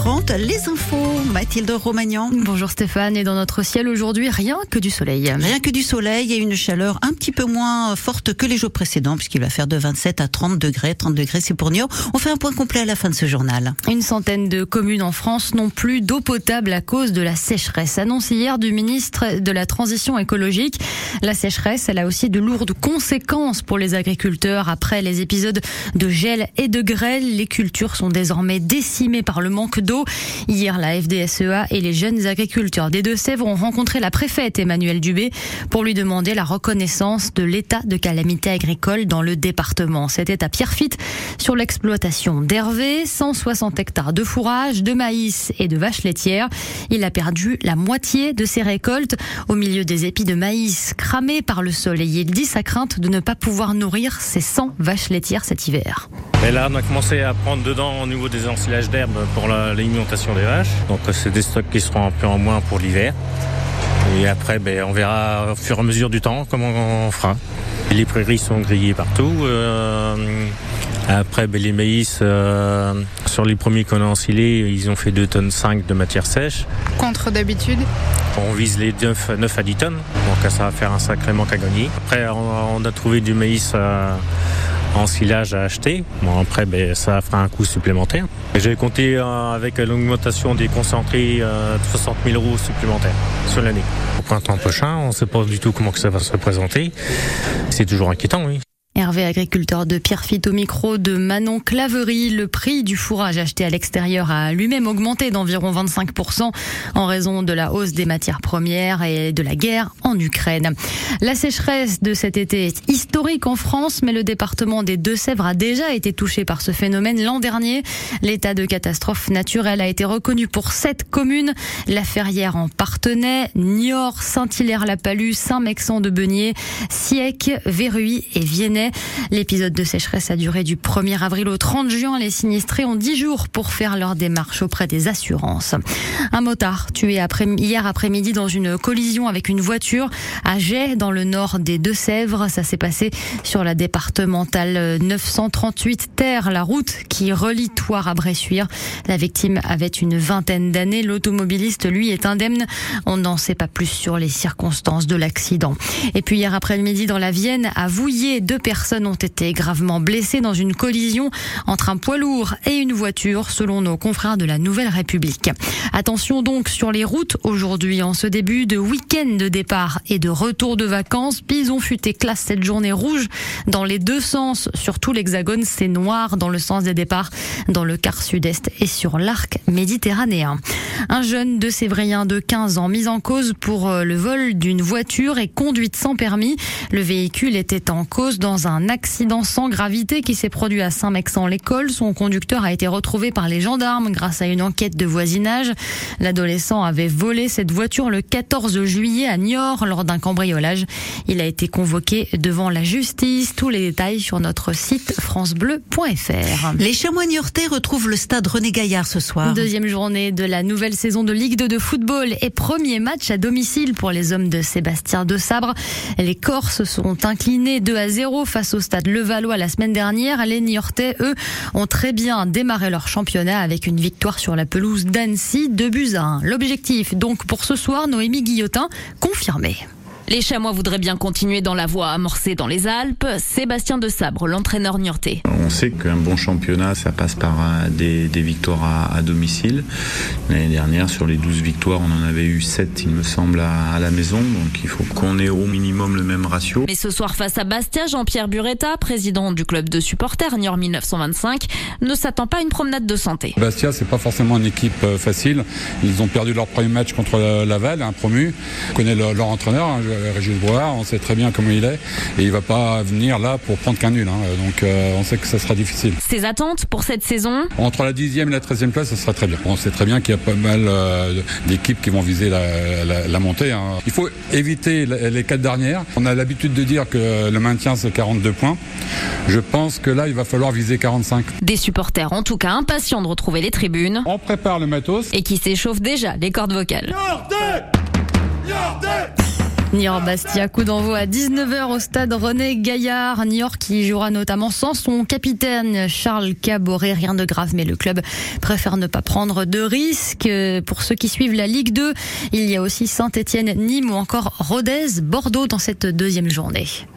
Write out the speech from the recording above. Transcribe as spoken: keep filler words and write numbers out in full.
trente, les infos, Mathilde Romagnan. Bonjour Stéphane, et dans notre ciel aujourd'hui, rien que du soleil. Rien que du soleil et une chaleur un petit peu moins forte que les jours précédents, puisqu'il va faire de vingt-sept à trente degrés. trente degrés, c'est pour Niort. On fait un point complet à la fin de ce journal. Une centaine de communes en France n'ont plus d'eau potable à cause de la sécheresse. Annonce hier du ministre de la Transition écologique. La sécheresse, elle a aussi de lourdes conséquences pour les agriculteurs. Après les épisodes de gel et de grêle, les cultures sont désormais décimées par le manque d'eau. Hier, la F D S E A et les jeunes agriculteurs des Deux-Sèvres ont rencontré la préfète Emmanuelle Dubé pour lui demander la reconnaissance de l'état de calamité agricole dans le département. C'était à Pierrefitte, sur l'exploitation d'Hervé, cent soixante hectares de fourrage, de maïs et de vaches laitières. Il a perdu la moitié de ses récoltes au milieu des épis de maïs cramés par le soleil. Il dit sa crainte de ne pas pouvoir nourrir ses cent vaches laitières cet hiver. Et là, on a commencé à prendre dedans au niveau des ensilages d'herbe pour la, l'alimentation des vaches. Donc, c'est des stocks qui seront un peu en moins pour l'hiver. Et après, ben, on verra au fur et à mesure du temps comment on fera. Et les prairies sont grillées partout. Euh, après, ben, les maïs, euh, sur les premiers qu'on a ensilés, ils ont fait deux tonnes cinq de matière sèche. Contre d'habitude. On vise les neuf à dix tonnes. Donc, ça va faire un sacré manque à gagner. Après, on, on a trouvé du maïs euh, ensilage à acheter. Bon, après, ben, ça fera un coût supplémentaire. Et j'ai compté euh, avec l'augmentation des concentrés euh, soixante mille euros supplémentaires sur l'année. Au printemps prochain, on ne sait pas du tout comment que ça va se présenter. C'est toujours inquiétant, oui. Hervé, agriculteur de Pierrefitte, au micro de Manon Claverie. Le prix du fourrage acheté à l'extérieur a lui-même augmenté d'environ vingt-cinq pour cent en raison de la hausse des matières premières et de la guerre en Ukraine. La sécheresse de cet été est historique en France, mais le département des Deux-Sèvres a déjà été touché par ce phénomène l'an dernier. L'état de catastrophe naturelle a été reconnu pour sept communes. La Ferrière en Parthenay, Niort, Saint-Hilaire-la-Palud, Saint-Mexan-de-Beugnier, Siec, Verruy et Viennet. L'épisode de sécheresse a duré du premier avril au trente juin. Les sinistrés ont dix jours pour faire leur démarche auprès des assurances. Un motard tué après, hier après-midi dans une collision avec une voiture à Jais, dans le nord des Deux-Sèvres. Ça s'est passé sur la départementale neuf cent trente-huit Terre, la route qui relie Thouars à Bressuire. La victime avait une vingtaine d'années. L'automobiliste, lui, est indemne. On n'en sait pas plus sur les circonstances de l'accident. Et puis hier après-midi dans la Vienne, à Vouillé, deux personnes Personnes ont été gravement blessées dans une collision entre un poids lourd et une voiture, selon nos confrères de la Nouvelle République. Attention donc sur les routes aujourd'hui, en ce début de week-end de départ et de retour de vacances. Bison Futé classe cette journée rouge dans les deux sens. Sur tout l'Hexagone, c'est noir dans le sens des départs, dans le quart sud-est et sur l'arc méditerranéen. Un jeune de Sévrien de quinze ans mis en cause pour le vol d'une voiture et conduite sans permis. Le véhicule était en cause dans un accident sans gravité qui s'est produit à Saint-Mexan-l'École. Son conducteur a été retrouvé par les gendarmes grâce à une enquête de voisinage. L'adolescent avait volé cette voiture le quatorze juillet à Niort lors d'un cambriolage. Il a été convoqué devant la justice. Tous les détails sur notre site francebleu point f r. Les Chamois niortais retrouvent le stade René Gaillard ce soir. Deuxième journée de la nouvelle saison de Ligue deux de football et premier match à domicile pour les hommes de Sébastien de Sabre. Les Corses sont inclinés deux à zéro face au stade Levallois la semaine dernière. Les Niortais, eux, ont très bien démarré leur championnat avec une victoire sur la pelouse d'Annecy, deux buts à un. L'objectif donc pour ce soir, Noémie Guillotin, confirmé. Les Chamois voudraient bien continuer dans la voie amorcée dans les Alpes. Sébastien de Sabre, l'entraîneur niortais. On sait qu'un bon championnat, ça passe par des, des victoires à, à domicile. L'année dernière, sur les douze victoires, on en avait eu sept, il me semble, à, à la maison. Donc il faut qu'on ait au minimum le même ratio. Mais ce soir, face à Bastia, Jean-Pierre Buretta, président du club de supporters Niort mille neuf cent vingt-cinq, ne s'attend pas à une promenade de santé. Bastia, c'est pas forcément une équipe facile. Ils ont perdu leur premier match contre Laval, un promu. On connaît leur, leur entraîneur, hein, Régis Brouard, on sait très bien comment il est et il va pas venir là pour prendre qu'un nul, hein. Donc euh, on sait que ça sera difficile. Ses attentes pour cette saison ? Entre la dixième et la treizième place, ça sera très bien. On sait très bien qu'il y a pas mal euh, d'équipes qui vont viser la, la, la montée, hein. Il faut éviter les quatre dernières. On a l'habitude de dire que le maintien c'est quarante-deux points. Je pense que là il va falloir viser quarante-cinq. Des supporters en tout cas impatients de retrouver les tribunes. On prépare le matos. Et qui s'échauffent déjà les cordes vocales. Niortais ! Niortais ! Niort-Bastia, coup d'envoi à dix-neuf heures au stade René Gaillard. Niort qui jouera notamment sans son capitaine Charles Caboret. Rien de grave, mais le club préfère ne pas prendre de risques. Pour ceux qui suivent la Ligue deux, il y a aussi Saint-Étienne, Nîmes ou encore Rodez, Bordeaux dans cette deuxième journée.